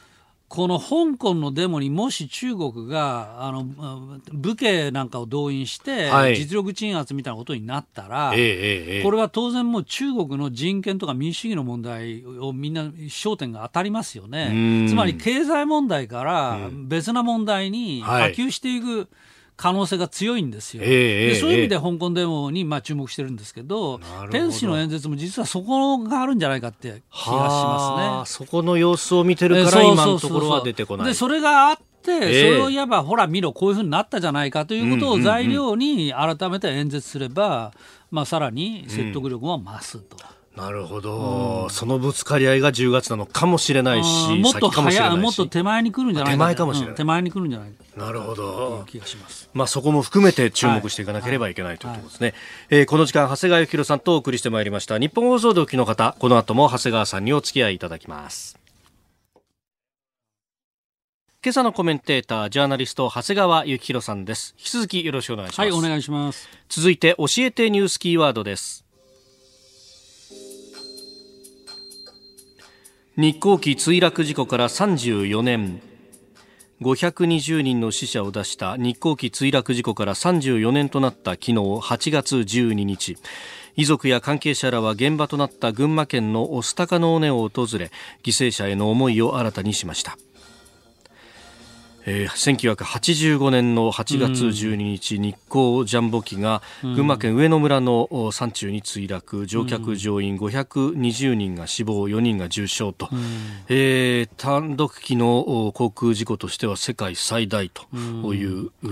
この香港のデモにもし中国があの武警なんかを動員して、はい、実力鎮圧みたいなことになったら、えーえー、これは当然もう中国の人権とか民主主義の問題をみんな焦点が当たりますよね。つまり経済問題から別な問題に波及していく、はい、可能性が強いんですよ、えー、でそういう意味で香港デモにまあ注目してるんですけど、ペンス氏の演説も実はそこがあるんじゃないかって気がしますね。 そこの様子を見てるから今のところは出てこない。 でそれがあって、えー、それを言えばほら見ろこういうふうになったじゃないかということを材料に改めて演説すれば、まあ、さらに説得力は増すと、 うん、なるほど、うん、そのぶつかり合いがじゅうがつなのかもしれないし、 もっと早いもっと手前に来るんじゃないか、 手前かもしれない、 うん、手前に来るんじゃないか、 なるほど、 気がします。 まあ、そこも含めて注目していかなければいけない、はい、ということですね、はいえー、この時間長谷川幸宏さんとお送りしてまいりました。日本放送でお聞きの方、この後も長谷川さんにお付き合いいただきます。今朝のコメンテータージャーナリスト長谷川幸宏さんです。引き続きよろしくお願いします。 はい、お願いします。 続いて教えてニュースキーワードです。日航機墜落事故からさんじゅうよねん、ごひゃくにじゅうにんの死者を出した日航機墜落事故からさんじゅうよねんとなった昨日はちがつじゅうににち、遺族や関係者らは現場となった群馬県の御巣鷹の尾根を訪れ、犠牲者への思いを新たにしました。えー、せんきゅうひゃくはちじゅうごねんのはちがつじゅうににち、うん、日航ジャンボ機が群馬県上野村の山中に墜落、乗客乗員ごひゃくにじゅうにんが死亡、よにんが重傷と、うんえー、単独機の航空事故としては世界最大という、うん、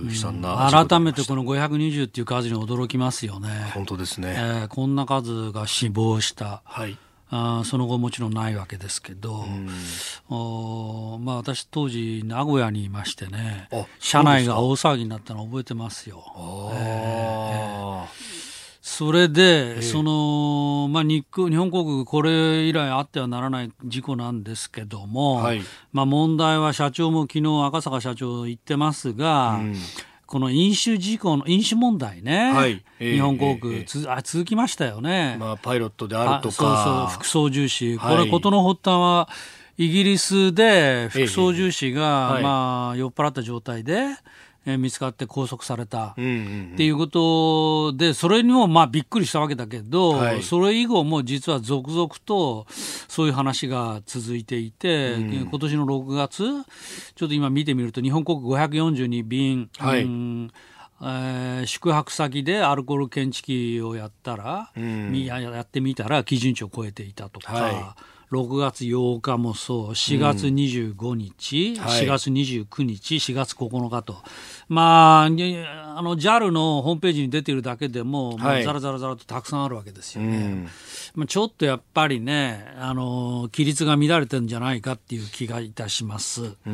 う悲惨な事故、 改めてこのごひゃくにじゅうという数に驚きますよね。 本当ですね、 えー、こんな数が死亡した、 はいあその後もちろんないわけですけど、うんおまあ、私当時名古屋にいましてね、車内が大騒ぎになったのを覚えてますよ。えー、それでその、まあ、日, 日本航空これ以来あってはならない事故なんですけども、はいまあ、問題は社長も昨日赤坂社長言ってますが、うんこの飲酒事故の飲酒問題ね、はいえー、日本航空、えーえー、あ続きましたよね、 まあ、パイロットであるとかそうそう副操縦士、はい、これ事の発端はイギリスで副操縦士が、えーはいまあ、酔っ払った状態でえー、見つかって拘束されたっていうことで、それにもまあびっくりしたわけだけど、はい、それ以後も実は続々とそういう話が続いていて、うん、今年のろくがつちょっと今見てみると日本航空ごひゃくよんじゅうにびん、はいうんえー、宿泊先でアルコール検知器をやったら、うん、や, やってみたら基準値を超えていたとか、はいろくがつようかもそう、しがつにじゅうごにち、うん、しがつにじゅうくにち、しがつここのかと、まあ、あの ジャル のホームページに出ているだけでも、はい、もうザラザラザラとたくさんあるわけですよね。うんまあ、ちょっとやっぱりね、あの規律が乱れてるんじゃないかっていう気がいたします。うん、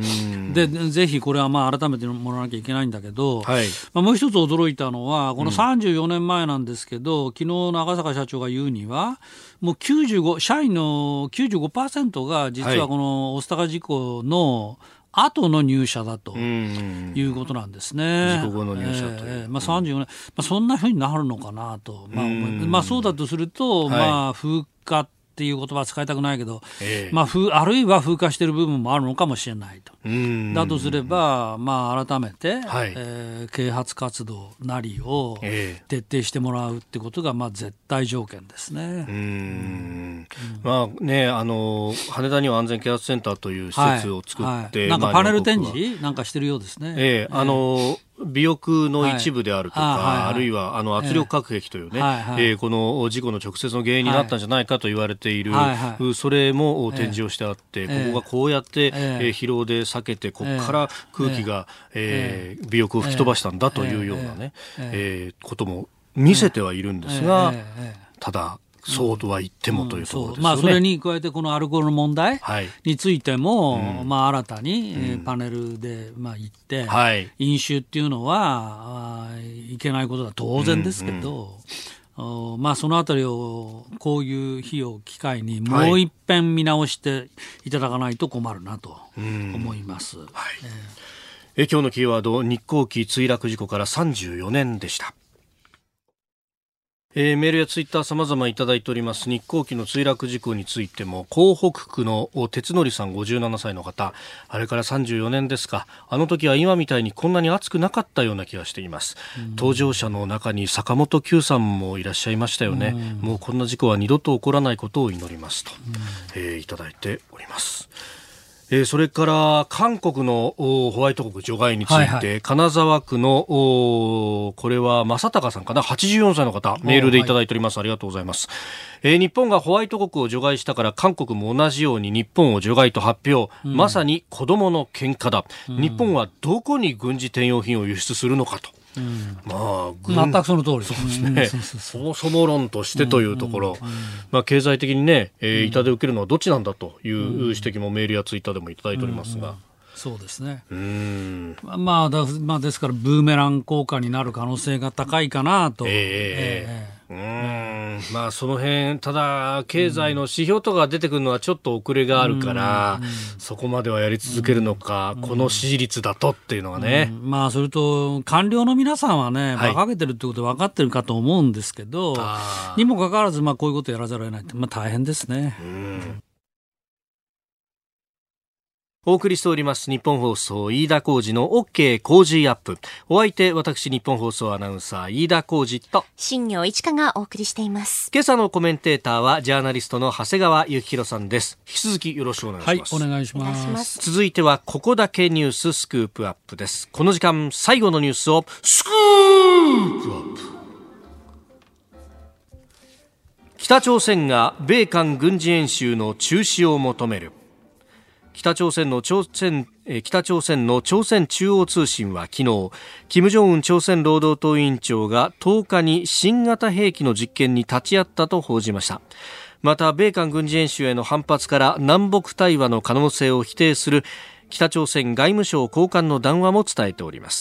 でぜひこれはまあ改めてもらわなきゃいけないんだけど、はいまあ、もう一つ驚いたのはこのさんじゅうよねんまえなんですけど、うん、昨日の赤坂社長が言うにはもうきゅうじゅうご社員の きゅうじゅうごパーセント が実はこの御巣鷹事故の後の入社だということなんですね。 事故後の入社という、 えーまあ、さんじゅうよねん、まあ、そんなふうになるのかなと、まあまあ、そうだとすると、はいまあ、風化っていう言葉は使いたくないけど、えーまあ、風あるいは風化している部分もあるのかもしれないと。だとすれば、まあ、改めて、はいえー、啓発活動なりを徹底してもらうってことが、まあ、絶対条件ですね。うんうんまあね、あの羽田には安全啓発センターという施設を作って、はいはい、 なんかパネル展示なんかしてるようですね。 えー、あの尾翼の一部であるとか、はいあ, あるいはあの圧力隔壁というね、えーはいはいえー、この事故の直接の原因になったんじゃないかと言われている、はいはい、それも展示をしてあって、えー、ここがこうやって、えー、疲労で避けてここから空気が、えーえー、尾翼を吹き飛ばしたんだというようなね、えーえー、ことも見せてはいるんですが、えーえー、ただそうとは言ってもというところですよね。うんまあ、 それに加えてこのアルコールの問題についても、はいうんまあ、新たにパネルでまあ言って、うんはい、飲酒っていうのはいけないことだ当然ですけど、うんうんまあ、そのあたりをこういう日を機会にもう一遍見直していただかないと困るなと思います。うんはいえー、え今日のキーワード、日航機墜落事故からさんじゅうよねんでした。 えー、メールやツイッター様々いただいております。日航機の墜落事故についても、港北区の鉄則さんごじゅうななさいの方、あれからさんじゅうよねんですか。あの時は今みたいにこんなに暑くなかったような気がしています。搭乗者の中に坂本九さんもいらっしゃいましたよね。もうこんな事故は二度と起こらないことを祈りますと、えー、いただいております。えー、それから韓国のホワイト国除外について、はいはい、金沢区のこれは正隆さんかな、はちじゅうよんさいの方、メールでいただいております。はい、ありがとうございます。えー、日本がホワイト国を除外したから韓国も同じように日本を除外と発表、うん、まさに子供の喧嘩だ、うん、日本はどこに軍事転用品を輸出するのかと、うん、まあ、 全くその通りそうですね、うん、そもそも論としてというところ、うんうんうん、まあ、経済的にね、えー、痛手を受けるのはどっちなんだという指摘もメールやツイッターでもいただいておりますが、うんうん、 そうですね、 うーん、 まあだまあ、ですからブーメラン効果になる可能性が高いかなと、 えーえー、うーん、まあ、その辺ただ経済の指標とか出てくるのはちょっと遅れがあるから、うんうん、そこまではやり続けるのか、うん、この支持率だとっていうのがね、 うん、まあ、それと官僚の皆さんはね、馬鹿げてるってことは分かってるかと思うんですけど、にもかかわらず、まあ、こういうことやらざるを得ないって、まあ、大変ですね。うん、 お送りしております日本放送飯田浩司の OK 工事アップ。お相手、私日本放送アナウンサー飯田浩司と新業一華がお送りしています。 今朝のコメンテーターはジャーナリストの長谷川幸宏さんです。引き続きよろしくお願いします。 はい、お願いします。 続いてはここだけニューススクープアップです。この時間最後のニュースをスクープアップ。北朝鮮が米韓軍事演習の中止を求める。北朝鮮の朝鮮北朝鮮の朝鮮中央通信は昨日、金正恩朝鮮労働党委員長がとおかに新型兵器の実験に立ち会ったと報じました。また米韓軍事演習への反発から南北対話の可能性を否定する北朝鮮外務省高官の談話も伝えております。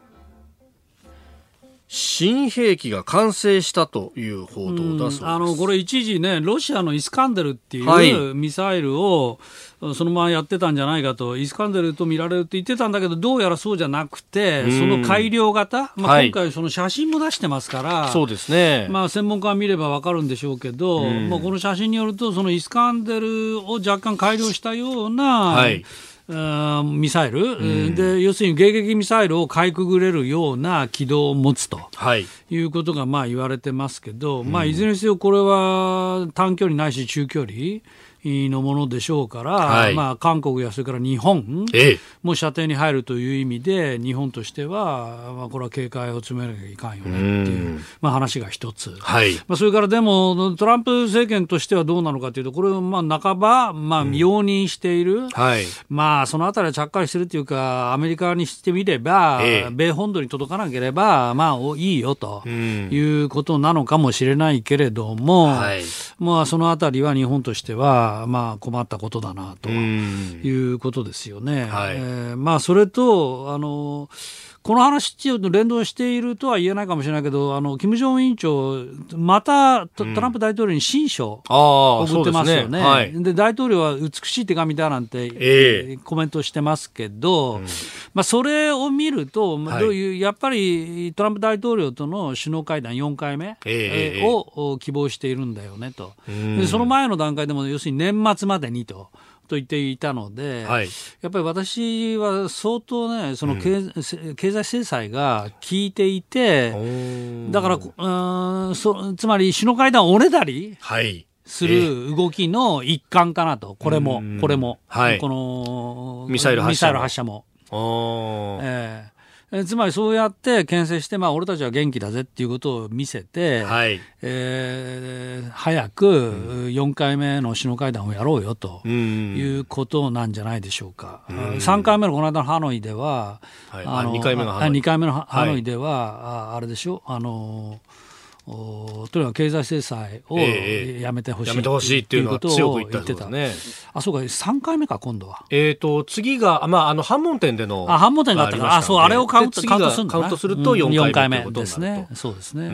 新兵器が完成したという報道だそうです。 あのこれ一時ね、ロシアのイスカンデルっていうミサイルをそのままやってたんじゃないかと、イスカンデルと見られるって言ってたんだけど、どうやらそうじゃなくて、その改良型、まあ、今回その写真も出してますから、 そうですね、 まあ、専門家が見れば分かるんでしょうけど、まあ、この写真によるとそのイスカンデルを若干改良したような、はい、ミサイル、うん、で要するに迎撃ミサイルをかいくぐれるような軌道を持つと、はい、いうことがまあ言われてますけど、うん、まあ、いずれにせよこれは短距離ないし中距離のものでしょうから、はい、まあ、韓国やそれから日本も射程に入るという意味で、日本としては、まあ、これは警戒を詰めなきゃいかんよねっていう、まあ、話が一つ、はい、まあ、それからでもトランプ政権としてはどうなのかというと、これをまあ半ば、まあ、容認している、うん、はい、まあ、そのあたりはちゃっかりしてるというか、アメリカにしてみれば、ええ、米本土に届かなければ、まあ、いいよということなのかもしれないけれども、はい、まあ、そのあたりは日本としてはまあ、困ったことだなということですよね。はい、えー、まあ、それとあのこの話と連動しているとは言えないかもしれないけど、あの金正恩委員長またトランプ大統領に親書を送ってますよね。うん、はい、で大統領は美しい手紙だなんて、えー、コメントしてますけど、うん、まあ、それを見ると、はい、どういうやっぱりトランプ大統領との首脳会談よんかいめ、えー、を希望しているんだよねと、うん、でその前の段階でも要するに年末までにとと言っていたので、はい、やっぱり私は相当ね、その 経,、うん、経済制裁が効いていて、だからうんそつまり首脳会談をおねだり、はい、する動きの一環かなと、これもこれも、はい、このミサイル発射も、 ミサイル発射も、えーえつまりそうやって牽制して、まあ、俺たちは元気だぜっていうことを見せて、はい、えー、早くよんかいめの首脳会談をやろうよということなんじゃないでしょうか。うん、さんかいめのこの間のハノイでは、 はい、あのにかいめのハノイ、 にかいめのハノイでは、はい、あ, あれでしょ、あのとにかく経済制裁をやめてほしい、えー、やめてほしいっていうのは強く言ってたね。あ、そうか、さんかいめか今度は。 えっ、ー、と次が、まあ、あの反問店でのあ反問店があったから、あ、そう、あれをカウントカウントするんだな。 カウントするとよんかいめということになると、 うん、よんかいめですね。そうですね。うん、 うん、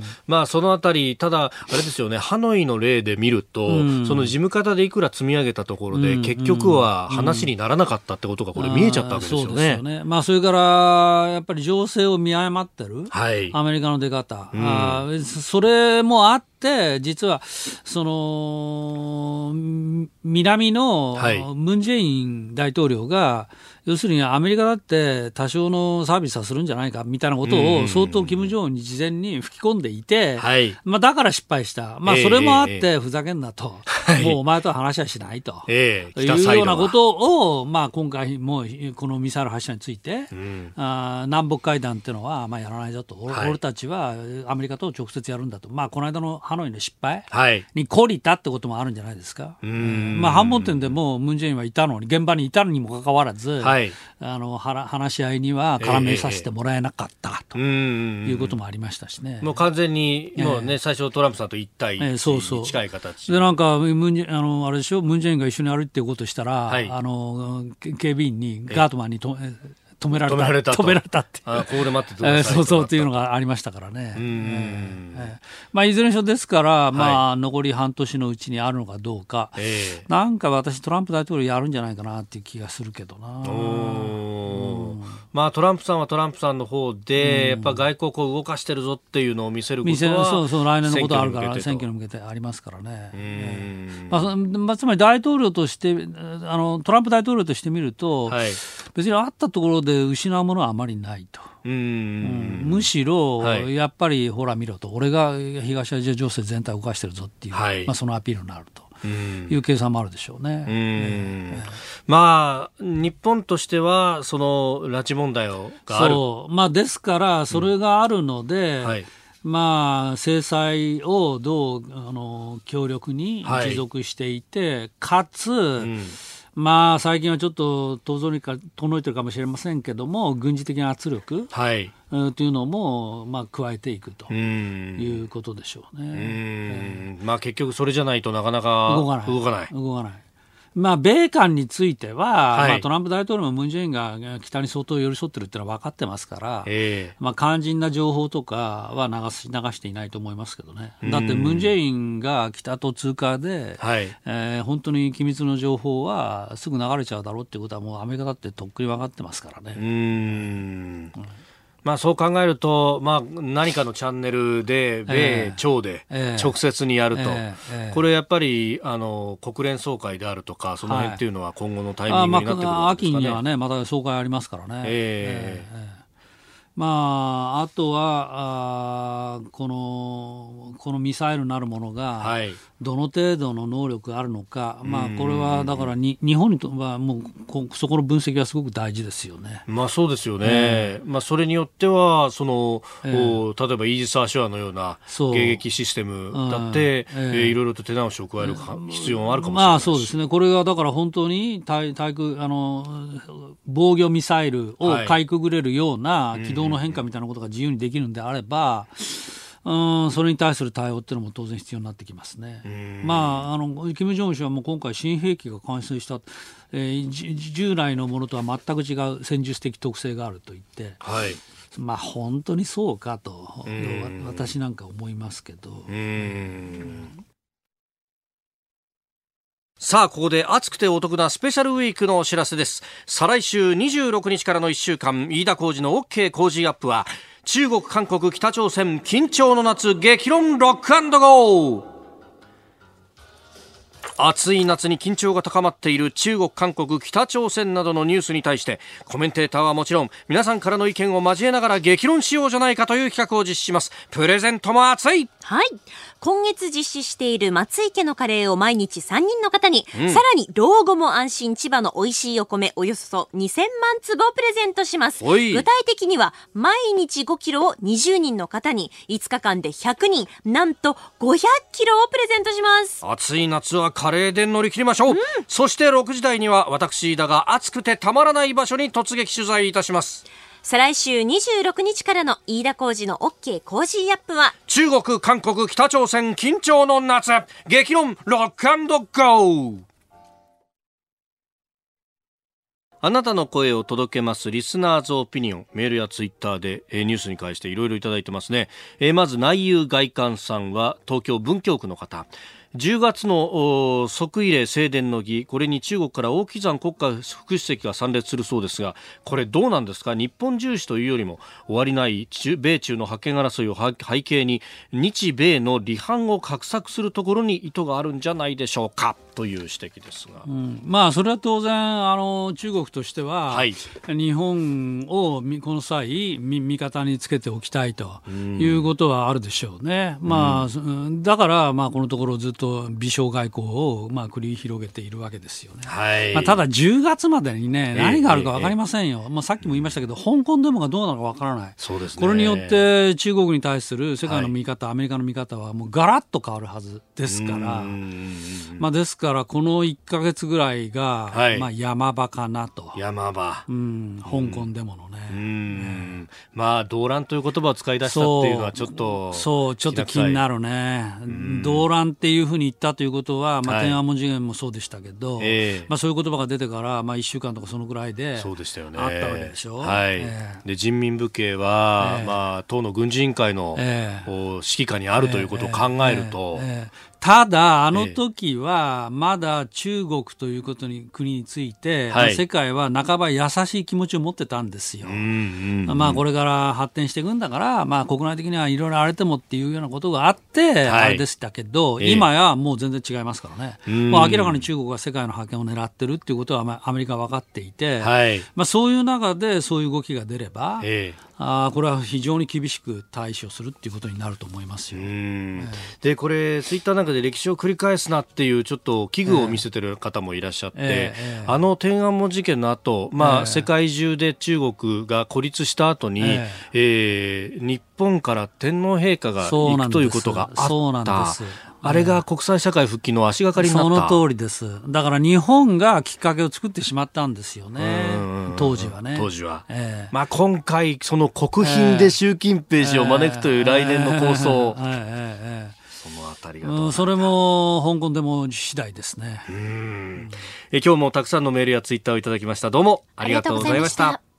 まあそのあたり、ただあれですよね、ハノイの例で見ると、うん、その事務方でいくら積み上げたところで、うん、結局は話にならなかったってことがこれ見えちゃったわけですよね。そうですよね。 まあそれからやっぱり情勢を見誤ってる、はい、アメリカの出方、うん、あら、うん、それもあって実はその南のムン・ジェイン大統領が要するにアメリカだって多少のサービスはするんじゃないかみたいなことを相当金正恩に事前に吹き込んでいて、はい、まあ、だから失敗した、まあ、それもあってふざけんなと、えー、もうお前とは話はしないと、えー、いうようなことを、まあ、今回もこのミサイル発射について、うん、あ南北会談っていうのはまあやらないぞと、はい、俺たちはアメリカと直接やるんだと、まあ、この間のハノイの失敗に懲りたってこともあるんじゃないですか。うん、まあ、反問点でもムン・ジェインはいたのに現場にいたのにもかかわらず、はい、あの話し合いには絡めさせてもらえなかったということもありましたしね。 もう完全にもう、ね、最初トランプさんと一対一に近い形、 でなんかムンあのあれでしょ、ムン・ジェインが一緒に歩いていこうとしたら、はい、あの警備員にガートマンにと止められた、止められた、止められたって、 あここで待っててください、 えー、そうそうというのがありましたからね。うん、えーまあ、いずれにしろですから、まあはい、残り半年のうちにあるのかどうか、えー、なんか私トランプ大統領やるんじゃないかなっていう気がするけどな。 お、うん、まあ、トランプさんはトランプさんの方で、うん、やっぱ外交を動かしてるぞっていうのを見せることはそうそう来年のことあるから選挙に向けてありますからね。うん、えーまあ、つまり大統領としてあのトランプ大統領として見ると、はい、別にあったところで失うものはあまりないと。うんうん、むしろ、はい、やっぱりほら見ろと、俺が東アジア情勢全体を動かしてるぞっていう、はい、まあ、そのアピールになるという計算もあるでしょうね。うん、 えー、まあ、日本としてはその拉致問題がある、 そう、まあ、ですからそれがあるので、うん、はい、まあ、制裁をどうあの強力に持続していて、はい、かつ、うん、まあ、最近はちょっと遠のいてるかもしれませんけども軍事的な圧力、はい、というのも、まあ、加えていくということでしょうね。うん、 えーまあ、結局それじゃないとなかなか動かない。動かない。 動かない。まあ、米韓については、はい、まあ、トランプ大統領もムン・ジェインが北に相当寄り添ってるっていうのは分かってますから、えーまあ、肝心な情報とかは流し、流していないと思いますけどね。だってムン・ジェインが北と通過で、はいえー、本当に機密の情報はすぐ流れちゃうだろうっていうことはもうアメリカだってとっくに分かってますからね。うーん、 うんまあ、そう考えると、まあ、何かのチャンネルで米朝で直接にやると、えーえーえー、これやっぱりあの国連総会であるとかその辺っていうのは今後のタイミングになってくるわけですかね。 秋にはねまた総会ありますからね。えーえーえーまあ、あとはあこの、このミサイルなるものがどの程度の能力があるのか、はい、まあ、これはだからに日本にとはもうこそこの分析はすごく大事ですよね。 まあ、そうですよね、えーまあ、それによってはその、えー、例えばイージス・アショアのような迎撃システムだって、えーえー、いろいろと手直しを加えるか、えー、必要があるかもしれないし、まあ、 そうですね。これがだから本当に対対空あの防御ミサイルをかいくぐれるような軌道の変化みたいなことが自由にできるんであれば、うん、それに対する対応っていうのも当然必要になってきますね。まあ、あの金正恩氏はもう今回新兵器が完成した、えー、従来のものとは全く違う戦術的特性があると言って、はい、まあ本当にそうかと私なんか思いますけど。うーんさあ、ここで熱くてお得なスペシャルウィークのお知らせです。再来週にじゅうろくにちからのいっしゅうかん、飯田浩司の OK 工事アップは、中国、韓国、北朝鮮、緊張の夏、激論ロック&ゴー。暑い夏に緊張が高まっている中国、韓国、北朝鮮などのニュースに対してコメンテーターはもちろん皆さんからの意見を交えながら激論しようじゃないかという企画を実施します。プレゼントも熱い。 はい、今月実施している松井家のカレーを毎日さんにんの方に、うん、さらに老後も安心千葉の美味しいお米およそにせんまんつぼをプレゼントします。具体的には毎日ごキロをにじゅうにんの方に、いつかかんでひゃくにん、なんとごひゃくキロをプレゼントします。 暑い夏はカレーで乗り切りましょう、うん、そしてろくじ台には私だが暑くてたまらない場所に突撃取材いたします。 再来週にじゅうろくにちからの飯田浩司の OK 工事アップは、 中国、韓国、北朝鮮緊張の夏、激論ロック&ゴー。あなたの声を届けますリスナーズオピニオン、メールやツイッターで、えー、ニュースに関していろいろいただいてますね。えー、まず内遊外観さんは東京文京区の方、 じゅうがつの即位礼正殿の儀、これに中国から王岐山国家副主席が参列するそうですが、これどうなんですか。日本重視というよりも終わりない米中の覇権争いを背景に日米の離反を画策するところに意図があるんじゃないでしょうかという指摘ですが、 うん、まあそれは当然あの中国としては、はい、日本をこの際味方につけておきたいということはあるでしょうね。うん、まあ、だからまあこのところずっと微小外交をまあ繰り広げているわけですよね。はい、まあ、ただじゅうがつまでにね何があるか分かりませんよ。えーえーまあ、さっきも言いましたけど香港デモがどうなのか分からない。そうですね、これによって中国に対する世界の見方、はい、アメリカの見方はもうガラッと変わるはずですから、まあ、ですからこのいっかげつぐらいが、はい、まあ、山場かなと。 山場、 うん、香港デモのね、うんうんまあ動乱という言葉を使い出したっていうのはちょっとそうちょっと気になるね。動乱っていうふうに言ったということは、まあ、天安門事件もそうでしたけど、はいえーまあ、そういう言葉が出てから、まあ、いっしゅうかんとかそのぐらいでそうでしたよね、あったわけでしょ。 はいえー、で人民武警は、えーまあ、党の軍事委員会の、えー、指揮下にあるということを考えると、えーえーえーただ、あの時は、まだ中国ということに、国について、はい、世界は半ば優しい気持ちを持ってたんですよ。うんうんうん、まあ、これから発展していくんだから、まあ、国内的にはいろいろ荒れてもっていうようなことがあって、はい、あれでしたけど、えー、今やもう全然違いますからね。まあ、明らかに中国が世界の覇権を狙ってるっていうことは、まあ、アメリカは分かっていて、はい、まあ、そういう中でそういう動きが出れば、えーあこれは非常に厳しく対処するっていうことになると思いますよ。うん、 えー、でこれツイッターなんかで歴史を繰り返すなっていうちょっと危惧を見せてる方もいらっしゃって、えーえー、あの天安門事件の後、まあえー、世界中で中国が孤立した後に、えーえー、日本から天皇陛下が行くということがあった。そうなんです。あれが国際社会復帰の足がかりになった。 その通りです。だから日本がきっかけを作ってしまったんですよね。当時はね。 当時は。えー、まあ今回その国賓で習近平氏を招くという来年の構想。えーえーえーそのあたりがうん、それも香港でも次第ですね。 うんえ今日もたくさんのメールやツイッターをいただきました。どうもありがとうございました。